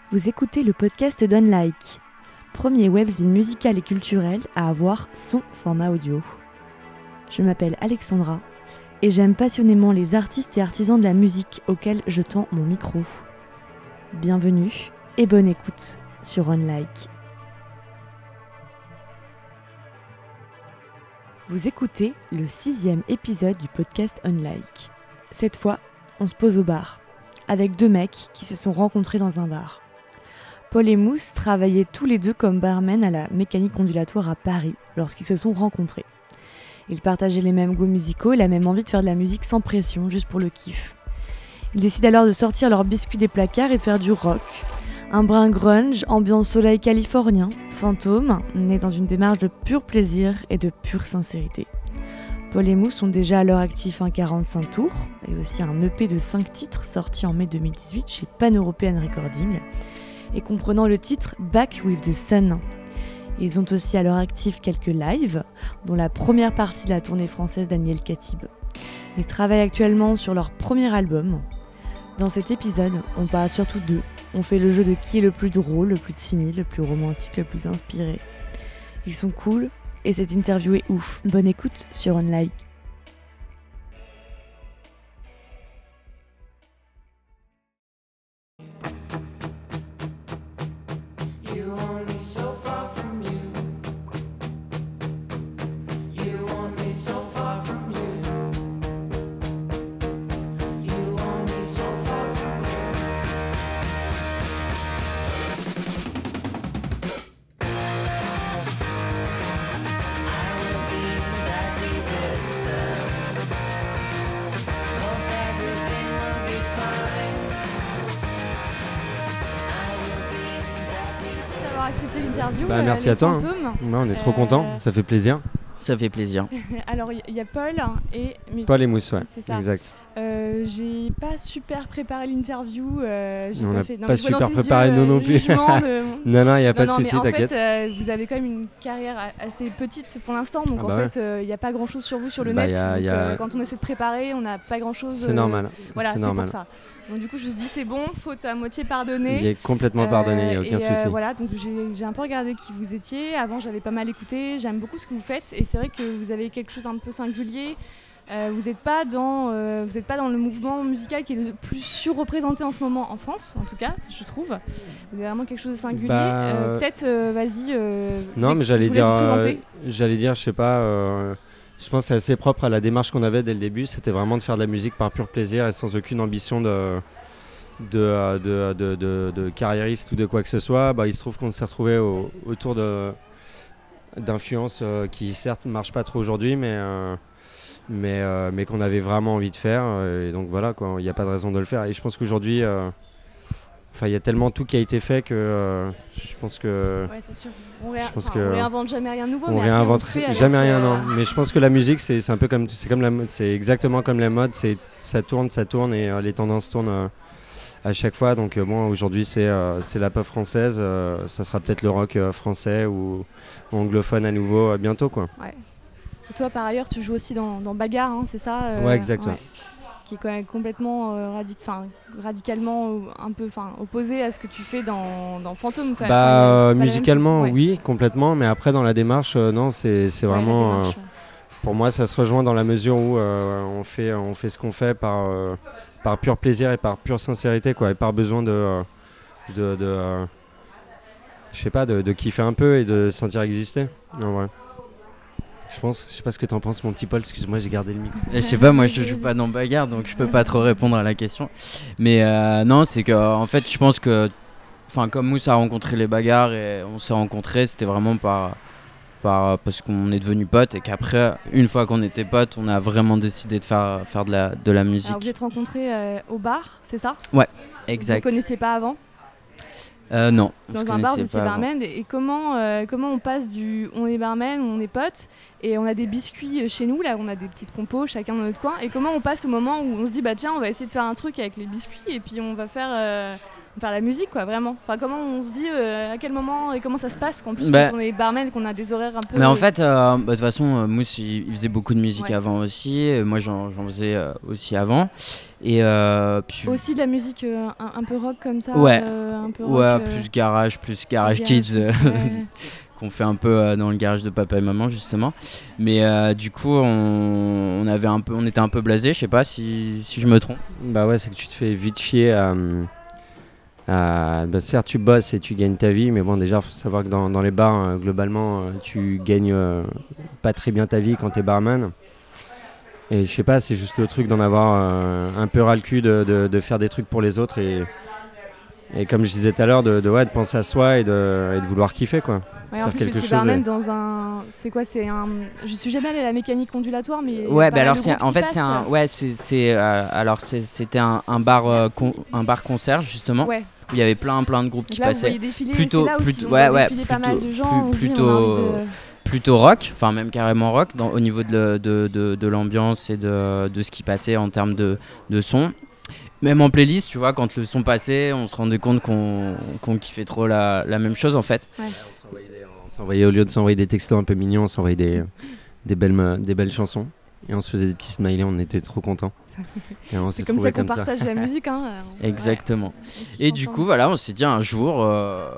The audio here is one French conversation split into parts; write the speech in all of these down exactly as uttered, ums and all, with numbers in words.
Vous écoutez le podcast d'Unlike, premier webzine musical et culturel à avoir son format audio. Je m'appelle Alexandra et j'aime passionnément les artistes et artisans de la musique auxquels je tends mon micro. Bienvenue et bonne écoute sur Unlike. Vous écoutez le sixième épisode du podcast Unlike. Cette fois, on se pose au bar, avec deux mecs qui se sont rencontrés dans un bar. Paul et Mousse travaillaient tous les deux comme barmen à la mécanique ondulatoire à Paris lorsqu'ils se sont rencontrés. Ils partageaient les mêmes goûts musicaux et la même envie de faire de la musique sans pression, juste pour le kiff. Ils décident alors de sortir leurs biscuits des placards et de faire du rock. Un brin grunge, ambiance soleil californien, fantôme, né dans une démarche de pur plaisir et de pure sincérité. Paul et Mousse ont déjà à leur actif un quarante-cinq tours et aussi un E P de cinq titres sorti en mai deux mille dix-huit chez Pan European Recording et comprenant le titre Back with the Sun. Ils ont aussi à leur actif quelques lives, dont la première partie de la tournée française d'Aniel Katib. Ils travaillent actuellement sur leur premier album. Dans cet épisode, on parle surtout d'eux. On fait le jeu de qui est le plus drôle, le plus timide, le plus romantique, le plus inspiré. Ils sont cool et cette interview est ouf. Bonne écoute sur Unlike. Accepté l'interview. Bah, merci euh, à toi. Hein. Ouais, on est trop euh... contents, ça fait plaisir. Ça fait plaisir. Alors il y, y a Paul et Mousse. Paul et Mousse, ouais. C'est ça. Exact. Euh, j'ai pas super préparé l'interview. Euh, j'ai on pas n'a fait, pas non, super préparé yeux, nous euh, non plus. de... non, non, il n'y a pas non, de non, souci, en t'inquiète. fait, euh, vous avez quand même une carrière assez petite pour l'instant, donc ah en bah fait, il ouais. n'y euh, a pas grand chose sur vous sur le bah net. Y a, donc, y a... euh, quand on essaie de préparer, on n'a pas grand chose. C'est euh, normal. Voilà, c'est, c'est normal. pour ça. Donc du coup, je me suis dit, c'est bon, faute à moitié pardonnée. Il est complètement pardonné, il n'y a aucun et, souci. Euh, voilà, donc j'ai, j'ai un peu regardé qui vous étiez. Avant, j'avais pas mal écouté. J'aime beaucoup ce que vous faites. Et c'est vrai que vous avez quelque chose un peu singulier. Euh, vous n'êtes pas dans, euh, vous n'êtes pas dans le mouvement musical qui est le plus surreprésenté en ce moment en France, en tout cas, je trouve. Vous avez vraiment quelque chose de singulier. Bah, euh, peut-être, euh, vas-y. Euh, non, mais j'allais dire, euh, j'allais dire, je sais pas. Euh, je pense que c'est assez propre à la démarche qu'on avait dès le début. C'était vraiment de faire de la musique par pur plaisir et sans aucune ambition de de de, de, de, de carriériste ou de quoi que ce soit. Bah, il se trouve qu'on s'est retrouvé au, autour de d'influences euh, qui certes marchent pas trop aujourd'hui, mais euh, mais, euh, mais qu'on avait vraiment envie de faire, euh, et donc voilà, il n'y a pas de raison de le faire. Et je pense qu'aujourd'hui, euh, il y a tellement tout qui a été fait que euh, je pense que... Ouais, c'est sûr. On, réa- je pense que que on réinvente jamais rien de nouveau. On mais réinvente on jamais rien, euh... non. Mais je pense que la musique, c'est, c'est un peu comme, c'est comme la mode, c'est exactement comme la mode, c'est, ça tourne, ça tourne, et euh, les tendances tournent euh, à chaque fois. Donc euh, bon, aujourd'hui, c'est, euh, c'est la pop française, euh, ça sera peut-être le rock euh, français ou, ou anglophone à nouveau euh, bientôt, quoi. Ouais. Et toi, par ailleurs, tu joues aussi dans, dans Bagarre, hein, c'est ça euh, Ouais, exactement. Ouais. Qui est quand même complètement euh, radic- radicalement euh, un peu opposé à ce que tu fais dans, dans Fantôme. Quand même. Bah, enfin, musicalement, ouais. oui, complètement. Mais après, dans la démarche, euh, non, c'est, c'est vraiment... Ouais, euh, pour moi, ça se rejoint dans la mesure où euh, on, fait, on fait ce qu'on fait par, euh, par pur plaisir et par pure sincérité, quoi, et par besoin de... Euh, de, de euh, je sais pas, de, de kiffer un peu et de se sentir exister. En vrai. Je pense, je sais pas ce que t'en penses, mon petit Paul, excuse-moi, j'ai gardé le micro. Je sais pas, moi je joue pas dans Bagarre, donc je peux pas trop répondre à la question. Mais euh, non, c'est que en fait, je pense que, enfin, comme Mousse a rencontré les Bagarres et on s'est rencontrés, c'était vraiment par, par parce qu'on est devenus potes et qu'après, une fois qu'on était potes, on a vraiment décidé de faire, faire de la, de la musique. Alors vous êtes rencontrés euh, au bar, c'est ça ? Ouais, exact. Vous ne connaissiez pas avant ? Euh, non, dans un bar, vous étiez barman. Et comment, euh, comment on passe du on est barman, on est potes, et on a des biscuits chez nous, là, on a des petites compos, chacun dans notre coin. Et comment on passe au moment où on se dit, bah tiens, on va essayer de faire un truc avec les biscuits, et puis on va faire, euh, faire la musique, quoi, vraiment. Enfin, comment on se dit, euh, à quel moment et comment ça se passe, qu'en plus, bah, quand on est barman, qu'on a des horaires un peu. Mais en fait, euh, bah, de toute façon, euh, Mousse, il, il faisait beaucoup de musique ouais. avant aussi. Et moi, j'en, j'en faisais euh, aussi avant. Et euh, puis... Aussi de la musique euh, un, un peu rock comme ça. Ouais, euh, un peu Ouais, rock, plus garage, plus garage garage, kids. euh, ouais. qu'on fait un peu euh, dans le garage de papa et maman justement, mais euh, du coup on, on avait un peu, on était un peu blasé, je sais pas si, si je me trompe. Bah ouais, c'est que tu te fais vite chier à, à- bah certes tu bosses et tu gagnes ta vie, mais bon déjà faut savoir que dans, dans les bars euh, globalement euh, tu gagnes euh, pas très bien ta vie quand t'es barman. Et je sais pas, c'est juste le truc d'en avoir euh, un peu ras le cul de, de, de faire des trucs pour les autres et, et comme je disais tout à l'heure, de, de, ouais, de penser à soi et de, et de vouloir kiffer quoi. Ouais, en Faire plus, quelque c'est chose barman et- dans un. C'est quoi C'est un. Je suis jamais allée à la mécanique ondulatoire, mais. il y a Ouais, pas bah mal alors de c'est, groupes en qui fait c'est un, passent. ouais c'est, c'est euh, alors c'est, c'était un, un bar, euh, con- un bar concert justement, Ouais. où il y avait plein plein de groupes Donc qui là, vous passaient. voyez défiler. Plutôt- c'est là aussi, plutôt- on ouais, voit ouais, défiler pas mal plutôt- de gens. plus- On se dit, on a envie plutôt- de- Plutôt rock, enfin même carrément rock dans, au niveau de, le- de, de, de l'ambiance et de, de ce qui passait en termes de, de son. Même en playlist, tu vois, quand le son passait, on se rendait compte qu'on, qu'on kiffait trop la, la même chose en fait. Ouais. On s'envoyait, des- on s'envoyait- au lieu de s'envoyer des textos un peu mignons, on s'envoyait des, des, belles, me- des belles chansons. Et on se faisait des petits smileys, on était trop contents. Et on s'est C'est comme ça trouvés qu'on comme ça. partage la musique. Hein. Ouais. Exactement. On kiffe Et du ensemble. coup, voilà, on s'est dit un jour, euh,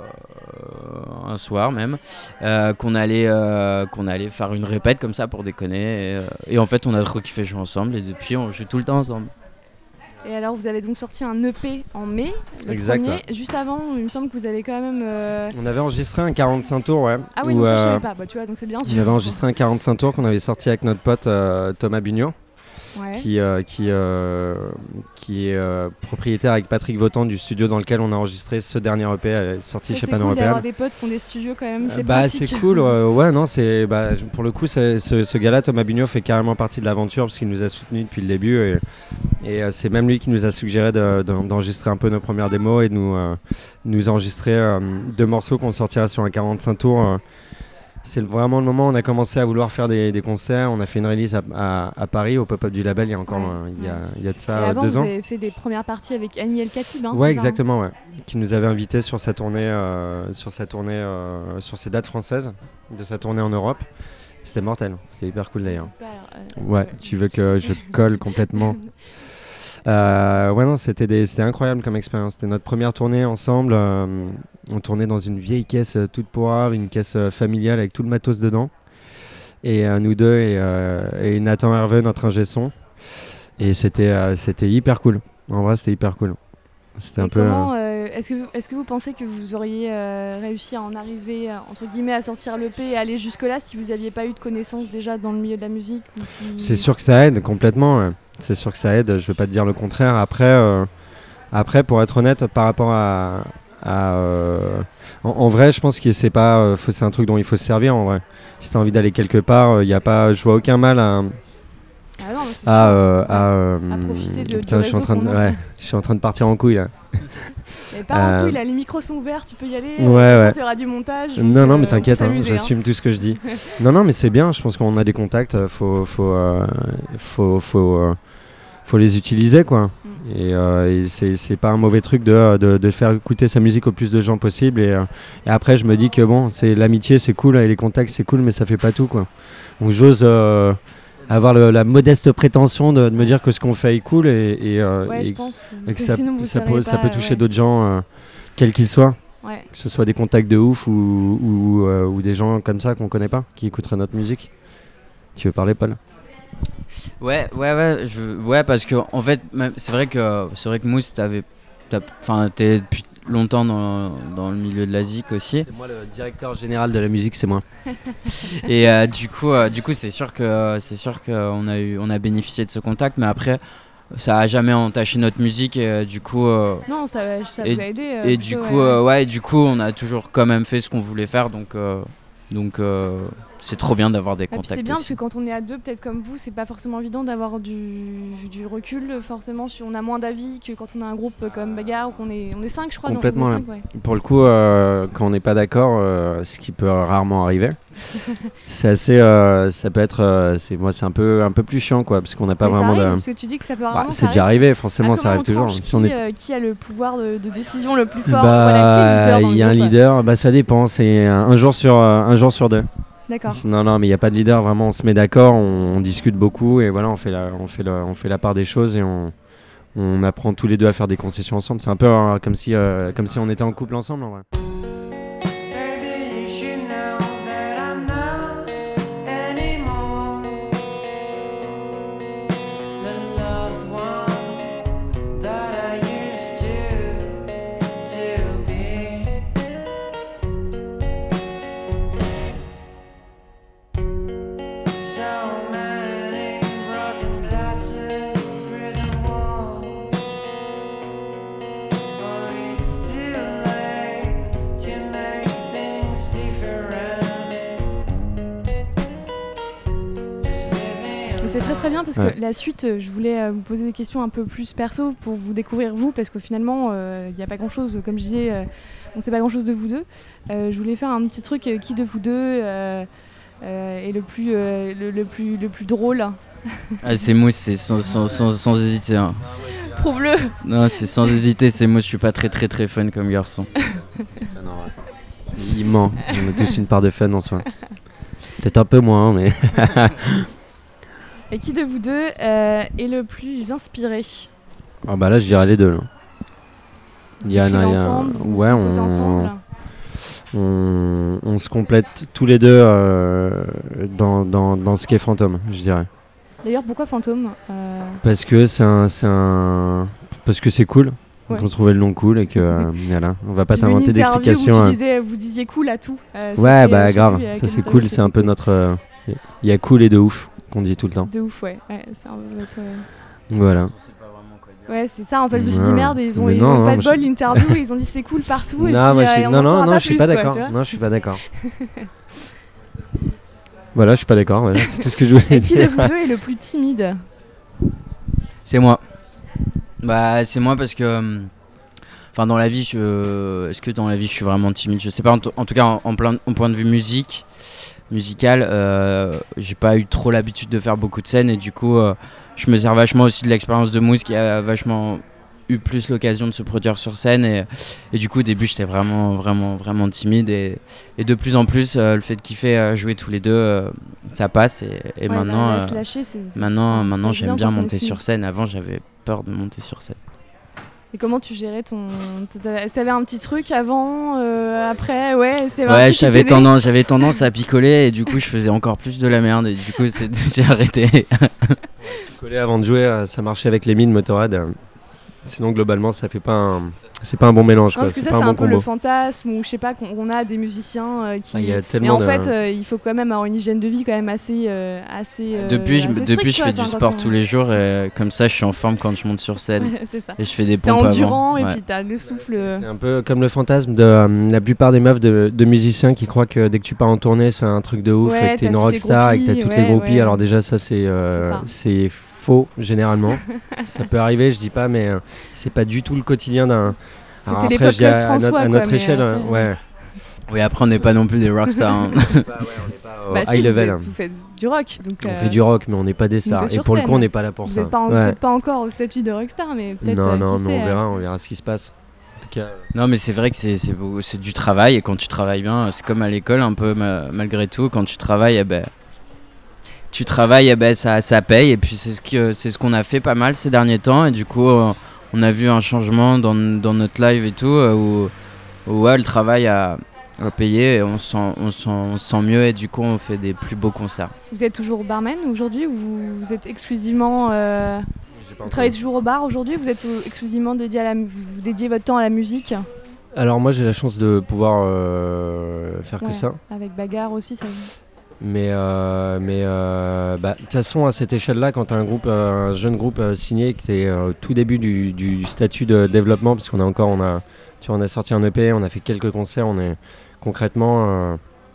un soir même, euh, qu'on allait, euh, qu'on allait faire une répète comme ça pour déconner. Et, euh, et en fait, on a trop kiffé jouer ensemble et depuis, on joue tout le temps ensemble. Et alors, vous avez donc sorti un E P en mai, le Exact, premier. ouais. Juste avant, il me semble que vous avez quand même. euh, On avait enregistré un quarante-cinq tours, ouais. Ah oui, où, non, ça, je euh, savais pas. Bah, tu vois, donc c'est bien. on avait enregistré un quarante-cinq tours qu'on avait sorti avec notre pote euh, Thomas Bugno, Ouais. qui, euh, qui, euh, qui est euh, propriétaire avec Patrick Votan du studio dans lequel on a enregistré ce dernier E P euh, sorti Ça, chez c'est Pan cool d'avoir Européen. des potes qui ont des studios quand même. C'est Euh, bah pratique. c'est cool, euh, ouais non c'est bah, pour le coup c'est- ce, ce gars-là Thomas Bugno fait carrément partie de l'aventure parce qu'il nous a soutenus depuis le début et, et euh, c'est même lui qui nous a suggéré de- de- d'enregistrer un peu nos premières démos et de nous, euh, nous enregistrer euh, deux morceaux qu'on sortira sur un quarante-cinq tours. euh. C'est vraiment le moment où on a commencé à vouloir faire des, des concerts. On a fait une release à, à- à Paris au pop-up du label il y a encore Ouais, euh, il, y a, ouais. il y a de Et ça euh, avant, deux vous ans. avez fait des premières parties avec Annie El Khatib. Hein, Ouais, c'est ça, hein exactement, ouais. Qui nous avait invités sur sa tournée, euh, sur sa tournée, euh, sur ses dates françaises, de sa tournée en Europe. C'était mortel, c'était hyper cool d'ailleurs. Super, euh, Ouais, tu veux que je colle complètement. Euh, ouais, non, c'était, des, c'était incroyable comme expérience. C'était notre première tournée ensemble. euh, on tournait dans une vieille caisse euh, toute pourrave, une caisse euh, familiale avec tout le matos dedans. Et euh, nous deux et, euh, et Nathan Hervé, notre ingé son. Et c'était, euh, c'était hyper cool. En vrai, c'était hyper cool. C'était Et un peu. comment, euh, est-ce, que vous, est-ce que vous pensez que vous auriez euh, réussi à en arriver, euh, entre guillemets, à sortir l'E P et aller jusque-là si vous n'aviez pas eu de connaissances déjà dans le milieu de la musique ou si... C'est sûr que ça aide complètement. Ouais. C'est sûr que ça aide. Je vais pas te dire le contraire. Après, euh, après, pour être honnête, par rapport à, à, euh, en, en vrai, je pense que c'est pas, euh, faut- c'est un truc dont il faut se servir. En vrai, si t'as envie d'aller quelque part, il y a pas, je vois aucun mal à, Ah non, mais c'est à, sûr. euh, à, euh, À profiter de- du putain, je suis en réseau train de, qu'on a. ouais, je suis en train de partir en couille là. Mais pas en euh, couille, là, les micros sont ouverts, tu peux y aller. Ouais, euh, de toute ouais. façon, il y aura du montage. donc, Non, non, euh, mais on t'inquiète, peut hein, s'amuser, j'assume tout ce que je dis. Non, non, mais c'est bien. Je pense qu'on a des contacts. euh, Faut, faut, euh, faut, faut, euh, faut les utiliser, quoi. Mm. Et, euh, et c'est, c'est pas un mauvais truc de, de, de faire écouter sa musique au plus de gens possible. Et, euh, et après, je me dis que bon, c'est l'amitié, c'est cool, et les contacts, c'est cool, mais ça fait pas tout, quoi. Donc, j'ose euh, avoir le- la modeste prétention de, de me dire que ce qu'on fait est cool et, et, euh, Ouais, et- je pense. et que C'est- ça, sinon, vous ça, seriez peut, ça pas, peut toucher ouais. d'autres gens, euh, quels qu'ils soient. Ouais. Que ce soit des contacts de ouf ou, ou, euh, ou des gens comme ça qu'on connaît pas, qui écouteraient notre musique. Tu veux parler, Paul? Ouais, ouais, ouais, je, ouais, parce que en fait, même- c'est vrai que c'est vrai que Mousse, t'avais, t'as- enfin, t'es depuis longtemps dans, dans le milieu de la zik aussi. C'est moi le directeur général de la musique, c'est moi. Et euh, du coup, euh, du coup, c'est sûr que c'est sûr qu'on a eu, on a bénéficié de ce contact, mais après, ça a jamais entaché notre musique. Et euh, du coup, euh, Non, ça, ça Et- vous a aidé. euh, et plutôt, du coup, ouais, euh, ouais. ouais, et du coup, on a toujours quand même fait ce qu'on voulait faire, donc, euh, donc, euh, c'est trop bien d'avoir des Et puis contacts. c'est bien parce aussi. que quand on est à deux, peut-être comme vous, c'est pas forcément évident d'avoir du, du recul. Forcément, si on a moins d'avis que quand on a un groupe comme Bagarre, ou qu'on est, on est cinq, je crois. Complètement, non, on est cinq, ouais. Pour le coup, euh, quand on n'est pas d'accord, euh, ce qui peut rarement arriver, c'est assez, euh, ça peut être, euh, c'est moi, c'est un peu, un peu plus chiant, quoi, parce qu'on n'a pas Mais ça vraiment arrive, de. parce que tu dis que ça peut Bah, rarement. c'est déjà arrivé, forcément, ça arrive toujours. Si Si on qui, est euh, qui a le pouvoir de, de décision le plus fort Bah, voilà, qui est le leader dans il le y a un groupe. leader, bah ça dépend, c'est un, un jour sur euh, un jour sur deux. D'accord. Non, non, mais il n'y a pas de leader, vraiment, on se met d'accord, on, on discute beaucoup et voilà, on fait la, on fait la, on fait la part des choses et on, on apprend tous les deux à faire des concessions ensemble. C'est un peu euh, comme si, euh, comme si on était en couple ensemble en vrai. C'est très très bien parce ouais. que la suite, je voulais euh, vous poser des questions un peu plus perso pour vous découvrir vous, parce que finalement, il euh, n'y a pas grand chose, comme je disais, euh, on ne sait pas grand chose de vous deux. Euh, je voulais faire un petit truc, euh, qui de vous deux euh, euh, est le plus, euh, le, le, plus, le plus drôle. Ah, c'est Mousse, c'est sans, sans, sans, sans hésiter. Hein. Prouve-le. Non, c'est sans hésiter, c'est Mousse, je suis pas très très très fun comme garçon. Il ment, on a tous une part de fun en soi. Peut-être un peu moins, mais... Et qui de vous deux euh, est le plus inspiré? Ah bah là je dirais les deux. Là. Il y a, il y a... ensemble, ouais, on... ensemble. On... on se complète tous les deux euh, dans, dans, dans ce qu'est Fantôme, je dirais. D'ailleurs, pourquoi Fantôme euh... Parce que c'est un, c'est un... Parce que c'est cool. Ouais. On trouvait le nom cool et que euh, voilà, on va pas J'ai t'inventer d'explications. Vous, disais, vous disiez cool à tout. Euh, ouais, bah euh, grave, plus, ça c'est cool, c'est un peu notre. Il euh, y a cool et de ouf qu'on dit tout le temps. De ouf, ouais. ouais c'est un peu notre. Euh... Voilà. Ouais, c'est ça. En fait, je me suis dit merde, ils ont, ils non, ont non, pas de bol, je... l'interview, ils ont dit c'est cool partout. Non, et moi, puis, je suis... euh, non, non, non, je suis pas d'accord. Non, je suis pas d'accord. Voilà, je suis pas d'accord. Voilà, c'est tout ce que je voulais dire. Qui de vous deux est le plus timide? C'est moi. Bah, c'est moi parce que. Enfin, dans la vie, je... est-ce que dans la vie, je suis vraiment timide? Je sais pas. En, t- en tout cas, en, en, plein, en point de vue musique, musical, euh, j'ai pas eu trop l'habitude de faire beaucoup de scènes et du coup, euh, je me sers vachement aussi de l'expérience de Mousse qui a vachement eu plus l'occasion de se produire sur scène et, et du coup, au début, j'étais vraiment, vraiment, vraiment timide et, et de plus en plus, euh, le fait de kiffer euh, jouer tous les deux, euh, ça passe et, et ouais, maintenant, bah, euh, lâcher, c'est, c'est maintenant, c'est maintenant, j'aime bien monter sur sur scène. Avant, j'avais peur de monter sur scène. Et comment tu gérais ton... T'avais un petit truc avant, euh, après, ouais, c'est Ouais, j'avais tendance, j'avais tendance à picoler et du coup je faisais encore plus de la merde et du coup j'ai arrêté. Picoler avant de jouer, ça marchait avec les mines Motorhead. Sinon globalement ça fait pas un... c'est pas un bon mélange. Non, quoi. Parce que c'est ça pas c'est un, un bon peu combo. le fantasme ou je sais pas qu'on on a des musiciens euh, qui. Ah, y a Mais en de... fait euh, il faut quand même avoir une hygiène de vie quand même assez euh, assez. Euh, depuis je, assez depuis strict, je fais quoi, du sport on... tous les jours et comme ça je suis en forme quand je monte sur scène. C'est ça. Et je fais des pompes avant. T'es endurant avant. et ouais. puis t'as le souffle. C'est un peu comme le fantasme de euh, la plupart des meufs de, de musiciens qui croient que dès que tu pars en tournée c'est un truc de ouf ouais, et que t'es une rockstar et que t'as toutes ouais, les groupies. Ouais. Alors déjà ça c'est euh, c'est faux généralement. Ça peut arriver, je dis pas, mais euh, c'est pas du tout le quotidien d'un. Alors après, je dis à, à, notre, à notre quoi, échelle, après, ouais. Oui, après on n'est pas non plus des rockstars. Hein. on n'est pas, ouais, on n'est pas au bah, high si, level. Vous, êtes, vous faites du rock, donc. On euh, fait du rock, mais on n'est pas des stars. Et pour scène. le coup, on n'est pas là pour vous ça. Vous n'êtes ouais. pas encore au statut de rockstar, mais peut-être. Non, euh, non, qui mais sait, on verra, euh... on verra ce qui se passe. En tout cas. Euh... Non, mais c'est vrai que c'est, c'est, c'est du travail et quand tu travailles bien, c'est comme à l'école un peu ma, malgré tout. Quand tu travailles, eh ben. Tu travailles, eh ben, ça, ça paye et puis c'est ce, que, c'est ce qu'on a fait pas mal ces derniers temps et du coup euh, on a vu un changement dans, dans notre live et tout euh, où, où ouais, le travail a, a payé et on se, sent, on, sent, on se sent mieux et du coup on fait des plus beaux concerts. Vous êtes toujours barman aujourd'hui ou vous, vous êtes exclusivement... Euh, vous travaillez toujours au bar aujourd'hui? Vous êtes exclusivement dédié à la... Vous dédiez votre temps à la musique? Alors moi j'ai la chance de pouvoir euh, faire ouais, que ça. Avec Bagarre aussi ça... Mais euh, mais euh, bah, de toute façon à cette échelle-là, quand tu as un groupe, euh, un jeune groupe euh, signé, que tu es euh, au tout début du, du statut de développement, parce qu'on a encore, on a, tu vois, on a sorti un E P, on a fait quelques concerts, on est concrètement, euh,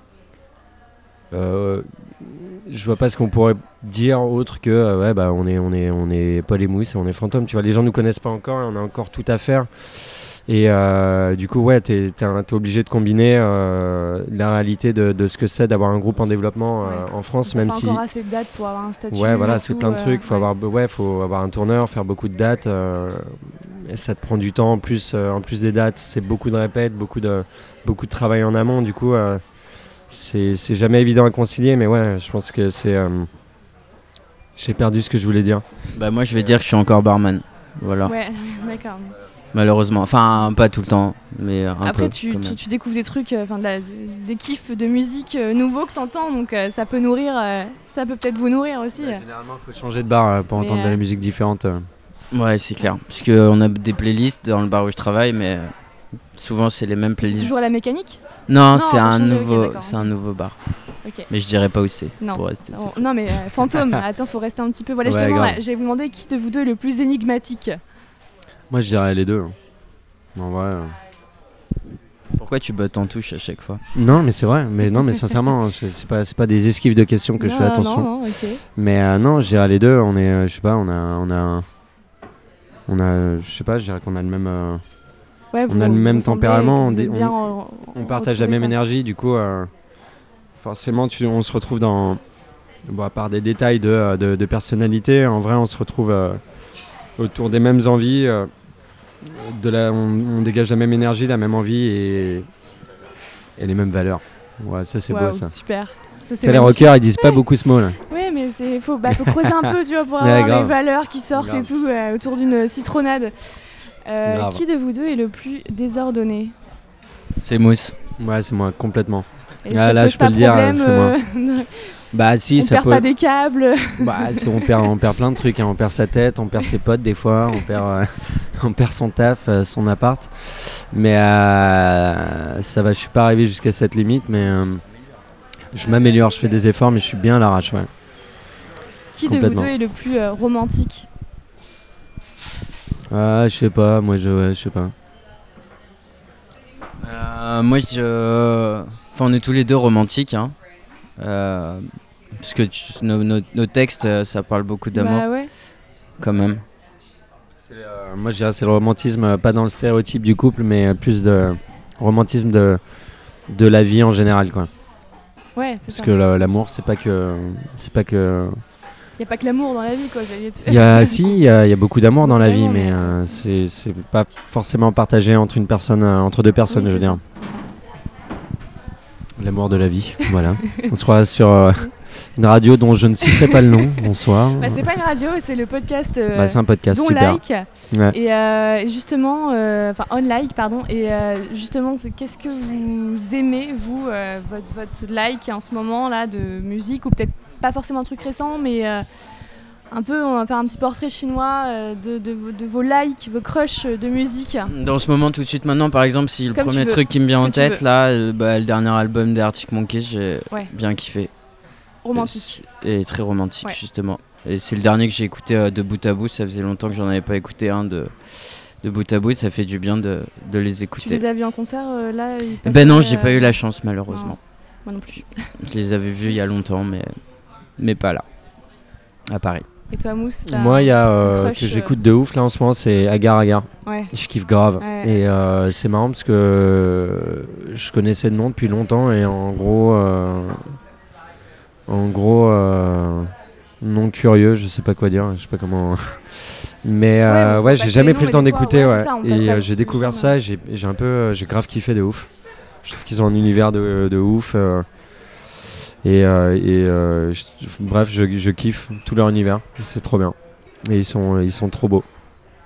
euh, je vois pas ce qu'on pourrait dire autre que euh, ouais bah on est on est on est Paul et Mousse, on est Fantôme, tu vois, les gens nous connaissent pas encore, et on a encore tout à faire. Et euh, du coup, ouais, t'es, t'es, t'es obligé de combiner euh, la réalité de, de ce que c'est d'avoir un groupe en développement euh, ouais. en France, t'as même pas si. encore assez de dates pour avoir un statut. Ouais, voilà, c'est tout, plein de trucs. Euh, faut ouais. avoir, ouais, faut avoir un tourneur, faire beaucoup de dates. Euh, et ça te prend du temps en plus, euh, en plus des dates. C'est beaucoup de répètes, beaucoup de, beaucoup de travail en amont. Du coup, euh, c'est, c'est jamais évident à concilier. Mais ouais, je pense que c'est. Euh, j'ai perdu ce que je voulais dire. Bah moi, je vais dire que je suis encore barman. Voilà. Ouais, d'accord. Malheureusement. Enfin, pas tout le temps, mais un Après, peu. tu, quand tu, même. tu découvres des trucs, enfin de la- des kiffs de musique euh, nouveaux que t'entends, donc euh, ça peut nourrir, euh, ça peut peut-être vous nourrir aussi. Ouais, généralement, il faut changer de bar euh, pour Mais, entendre de euh, la musique différente. euh. Ouais, c'est clair. Parce qu'on a des playlists dans le bar où je travaille, mais euh, souvent c'est les mêmes C'est playlists. toujours à la mécanique? Non, Non, c'est t'as un changé, ok, nouveau, d'accord. c'est un nouveau bar. Ok. Mais je dirais pas où c'est. Non. Pour rester Oh, secret. non mais euh, fantôme, attends, faut rester un petit peu. Voilà, Ouais, justement, grave. là, j'allais vous demander qui de vous deux est le plus énigmatique. Moi, je dirais les deux. hein. En vrai. euh. Pourquoi tu bottes en touche à chaque fois? Non, mais c'est vrai. Mais non, mais sincèrement, c'est c'est pas, c'est pas des esquives de questions que je Non, fais attention. Non, non, ok. Mais euh, non, je dirais les deux. On est, euh, je sais pas, on a, on a, on a, je sais pas, je dirais qu'on a le même, euh, Ouais, on a le même tempérament, On, on dé- bien on- en- on en partage la retrouver, même quoi. énergie. Du coup, euh, forcément, tu, on se retrouve dans, bon, à part des détails de, euh, de, de personnalité, en vrai, on se retrouve euh, autour des mêmes envies. euh, de la, on, on dégage la même énergie, la même envie et, et les mêmes valeurs. Ouais, ça c'est beau Waouh, ça. super. Ça, c'est C'est les magnifique. rockers, ils disent pas beaucoup ce mot là. Ouais, mais c'est faut, bah, faut creuser un peu, tu vois, pour Ouais, avoir grave. les valeurs qui sortent Grave. et tout euh, autour d'une citronnade. Euh, Grave. qui de vous deux est le plus désordonné? C'est Mousse. Ouais, c'est moi complètement. Et Ah, ça là, pose je peux pas le dire, problème, c'est moi. euh, Bah si, on ça perd peut. pas des câbles. Bah, c'est- on perd, on perd plein de trucs. hein. On perd sa tête, on perd ses potes des fois, on perd, euh, on perd son taf, euh, son appart. Mais euh, ça va. Je suis pas arrivé jusqu'à cette limite, mais euh, je m'améliore. Je fais des efforts, mais je suis bien à l'arrache. Ouais. Qui de vous Complètement. deux est le plus euh, romantique? Ah, je sais pas. Moi, je, ouais, je sais pas. Euh, moi, je... Enfin, on est tous les deux romantiques, hein. Euh, parce que tu- nos, nos- nos textes, euh, ça parle beaucoup d'amour, Bah ouais. quand même. C'est, euh, moi, je dirais c'est le romantisme, euh, pas dans le stéréotype du couple, mais euh, plus de romantisme de, de la vie en général, quoi. Ouais, c'est Parce ça. que la- l'amour, c'est pas que, c'est pas que. Y a pas que l'amour dans la vie, quoi. j'allais te- Il y a, si, il y a, il y a beaucoup d'amour dans Beaucoup la vie, d'amour, mais mais- euh, c'est, c'est pas forcément partagé entre une personne, euh, entre deux personnes, Oui, je veux c'est dire. ça, c'est ça. L'amour de la vie, voilà. On se croit sur euh, une radio dont je ne citerai pas le nom. Bonsoir. Bah, c'est pas une radio, c'est le podcast euh, Bah, c'est un podcast Dont super. Like. Ouais. Et euh, justement, euh, enfin On Like, pardon. Et euh, justement, c'est- qu'est-ce que vous aimez, vous, euh, votre, votre like en ce moment là de musique, ou peut-être pas forcément un truc récent, mais euh, un peu, on va faire un petit portrait chinois euh, de, de, vos- de vos likes, vos crushs de musique. Dans ce moment, tout de suite, maintenant, par exemple, si le Comme tu premier veux, truc qui me vient ce en que tu tête, veux. là, euh, bah, le dernier album des Arctic Monkeys, j'ai Ouais. bien kiffé. Romantique. Et, et très romantique, Ouais. justement. Et c'est le dernier que j'ai écouté euh, de bout à bout. Ça faisait longtemps que j'en avais pas écouté un de, de bout à bout. Ça fait du bien de, de les Tu écouter. les as vus en concert euh, là ils Ben non, passaient, j'ai pas euh, eu la chance, malheureusement. Moi non plus. Je les avais vus il y a longtemps, mais, mais pas là. À Paris. Et toi, Mousse t'as Moi, il y a un euh, crush, que euh, j'écoute de ouf là en ce moment, c'est Agar Agar. Ouais. Je kiffe grave. Ouais. Et euh, c'est marrant parce que euh, je connaissais le nom depuis longtemps et en gros, euh, en gros, euh, non curieux, je sais pas quoi dire, je sais pas comment. Mais euh, Ouais, ouais, bah, j'ai les jamais noms, pris le mais temps des fois, d'écouter, ouais, ouais. c'est ça, on passe Et pas euh, le- j'ai le découvert temps, ça, et j'ai j'ai un peu, euh, j'ai grave kiffé de ouf. Je trouve qu'ils ont un univers de, de ouf. euh, et euh, et euh, je- bref, je, je kiffe tout leur univers, c'est trop bien. Et ils sont, ils sont trop beaux.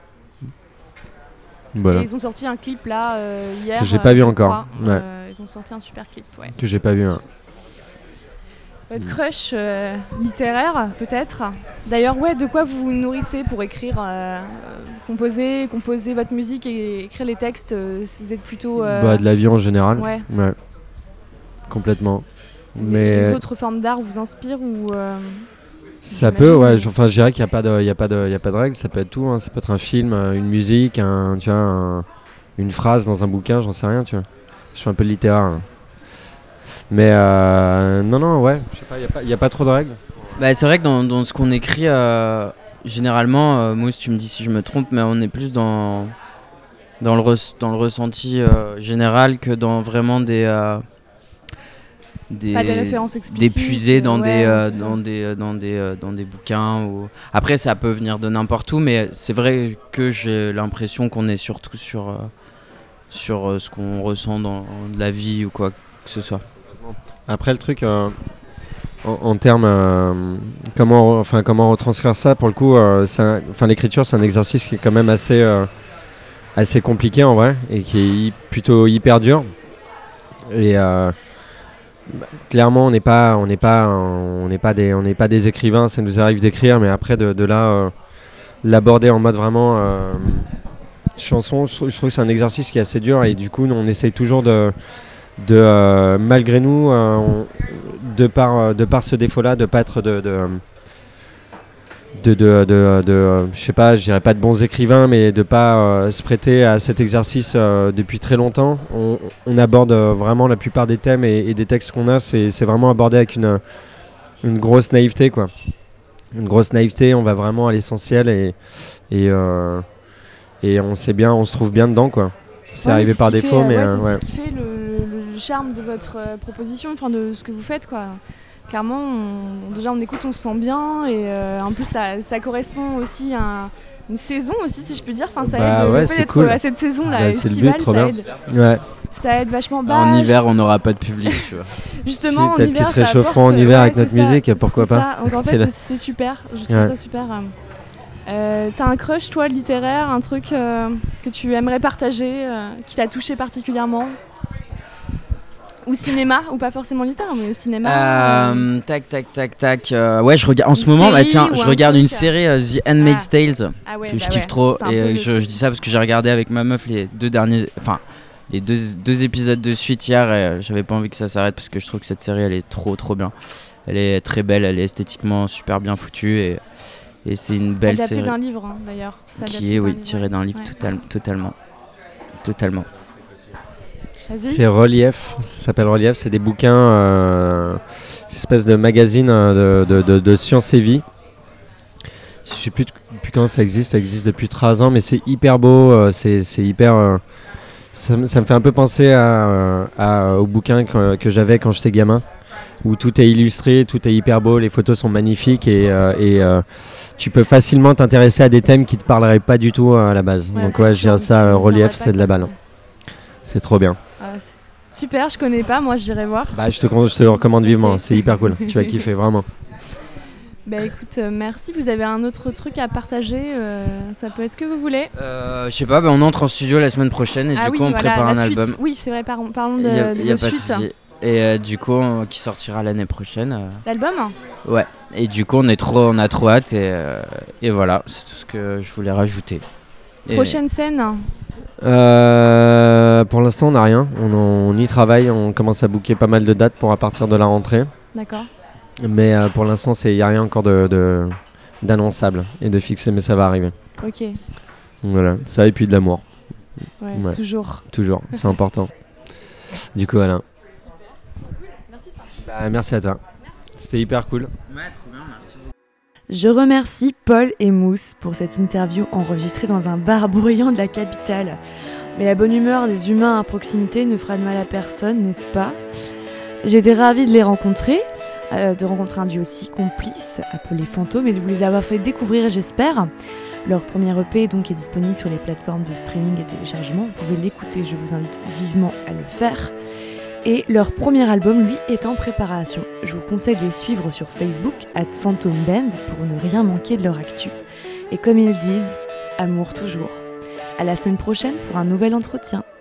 Voilà. Et ils ont sorti un clip là euh, hier. Que j'ai pas vu je encore, crois. ouais. Euh, ils ont sorti un super clip, ouais. Que j'ai pas vu. hein. Votre Mm. crush euh, littéraire, peut-être. D'ailleurs, ouais, de quoi vous vous nourrissez pour écrire, euh, euh, composer, composer votre musique et écrire les textes euh, si vous êtes plutôt. euh, Bah, de la vie en général. Ouais. Ouais. Complètement. les- Mais Les autres formes d'art vous inspirent ou. euh, ça j'imagine, peut, ouais. mais- j- Enfin, je dirais qu'il n'y a pas de, il y a pas de, il y a pas de règle. Ça peut être tout. hein. Ça peut être un film, euh, une musique, un, tu vois, un- une phrase dans un bouquin. J'en sais rien, tu vois. Je suis un peu littéraire. hein. Mais euh, non, non, ouais. Je sais pas. Il y a pas, il y a pas trop de règles. Bah, c'est vrai que dans, dans ce qu'on écrit, euh, généralement, euh, Mousse, tu me dis si je me trompe, mais on est plus dans, dans, le, res- dans le ressenti euh, général que dans vraiment des. euh, des Pas des références explicites. d'épuiser dans, euh, des, ouais, euh, c'est ça. dans, des, euh, dans, des, euh, dans des bouquins. Ou... Après, ça peut venir de n'importe où, mais c'est vrai que j'ai l'impression qu'on est surtout sur, euh, sur euh, ce qu'on ressent dans la vie ou quoi que ce soit. Après, le truc, euh, en, en termes euh, comment enfin comment retranscrire ça pour le coup euh, un, enfin l'écriture c'est un exercice qui est quand même assez euh, assez compliqué en vrai et qui est hy- plutôt hyper dur et euh, bah, clairement on n'est pas on n'est pas on n'est pas des on n'est pas des écrivains, ça nous arrive d'écrire, mais après de, de là euh, l'aborder en mode vraiment euh, chanson, je trouve, je trouve que c'est un exercice qui est assez dur et du coup on essaye toujours de de euh, malgré nous euh, on, de par euh, de par ce défaut là de pas être de de de, de, de, de euh, je sais pas, je dirais pas de bons écrivains, mais de pas euh, se prêter à cet exercice euh, depuis très longtemps. On, on aborde euh, vraiment la plupart des thèmes et, et des textes qu'on a, c'est, c'est vraiment abordé avec une une grosse naïveté quoi, une grosse naïveté. On va vraiment à l'essentiel et et euh, et on sait bien, on se trouve bien dedans quoi. C'est ouais, arrivé c'est par défaut, fait, mais ouais, euh, c'est ouais. ce qui fait le, le charme de votre euh, proposition, enfin de ce que vous faites quoi. Clairement, on, déjà on écoute, on se sent bien et euh, en plus ça, ça correspond aussi à une saison aussi si je peux dire. Enfin ça Bah aide ouais, le fait c'est d'être cool. à cette saison là Bah, c'est le estivale, but, trop ça bien. aide. Ouais. Ça aide vachement. Bah, En hiver, on n'aura pas de public, tu vois. Justement, Si, en peut-être hiver, qu'ils se ça réchaufferont apporte- en hiver ouais, avec c'est notre ça, musique, pourquoi c'est pas. ça. Donc en C'est fait, la- c'est, c'est super. Je trouve Ouais. ça super. Euh, t'as un crush, toi, littéraire, un truc euh, que tu aimerais partager, euh, qui t'a touché particulièrement? Ou cinéma, ou pas forcément littéraire, mais au cinéma. euh, Euh, tac, tac, tac, tac. euh, ouais, je regarde en ce Une moment. Bah série tiens, ou je un regarde truc, une série, euh, The Handmaid's Tales, Ah ouais, que je bah kiffe ouais, trop. c'est un Et peu euh, le je, truc. je dis ça parce que j'ai regardé avec ma meuf les deux derniers, enfin les deux, deux épisodes de suite hier. Et euh, j'avais pas envie que ça s'arrête parce que je trouve que cette série, elle est trop, trop bien. Elle est très belle, elle est esthétiquement super bien foutue et, et c'est une belle adapté série d'un livre, hein, d'ailleurs. C'est adapté qui est d'un oui livre, tirée ouais. d'un livre Ouais. total, totalement, totalement. Vas-y. C'est Relief, ça s'appelle Relief, c'est des bouquins, euh, c'est une espèce de magazine euh, de, de, de, de science et vie. Je sais plus depuis quand ça existe, ça existe depuis treize ans, mais c'est hyper beau, euh, c'est, c'est hyper... euh, ça, m- ça me fait un peu penser à, euh, à, aux bouquins que, que j'avais quand j'étais gamin, où tout est illustré, tout est hyper beau, les photos sont magnifiques et, euh, et euh, tu peux facilement t'intéresser à des thèmes qui te parleraient pas du tout euh, à la base. Ouais, Donc ouais, je tu- dirais tu ça, ne euh, Relief, parleras pas, c'est de la quoi. balle. C'est trop bien. Ah, c'est- Super, je connais pas, moi j'irai voir. Bah, je te, con- je te le recommande vivement, Ok. c'est hyper cool. Tu vas kiffer, vraiment. Bah écoute, euh, merci. Vous avez un autre truc à partager, euh, ça peut être ce que vous voulez. Euh, je sais pas, bah, on entre en studio la semaine prochaine et ah du oui, coup on voilà, prépare la un suite. album. Oui, c'est vrai, par- parlons de, Il y a, de y a vos pas de suites. souci. Et euh, du coup, on- qui sortira l'année prochaine. euh, L'album Ouais. Et du coup, on est trop, on a trop hâte et, euh, et voilà, c'est tout ce que je voulais rajouter. Et- Prochaine scène Euh, pour l'instant, on n'a rien. On, on y travaille, on commence à booker pas mal de dates pour à partir de la rentrée. D'accord. Mais euh, pour l'instant, il n'y a rien encore de, de, d'annonçable et de fixé, mais ça va arriver. Ok, Donc voilà, ça et puis de l'amour, ouais, Ouais. toujours. toujours, c'est important. Du coup, voilà. Bah, merci à toi. C'était hyper cool. Ouais, trop bien, merci. Je remercie Paul et Mousse pour cette interview enregistrée dans un bar bruyant de la capitale. Mais la bonne humeur des humains à proximité ne fera de mal à personne, n'est-ce pas? J'étais ravie de les rencontrer, euh, de rencontrer un duo aussi complice, appelé Fantôme, et de vous les avoir fait découvrir, j'espère. Leur premier E P donc, est disponible sur les plateformes de streaming et téléchargement. Vous pouvez l'écouter, je vous invite vivement à le faire. Et leur premier album, lui, est en préparation. Je vous conseille de les suivre sur Facebook, at Phantom Band, pour ne rien manquer de leur actu. Et comme ils disent, amour toujours. À la semaine prochaine pour un nouvel entretien.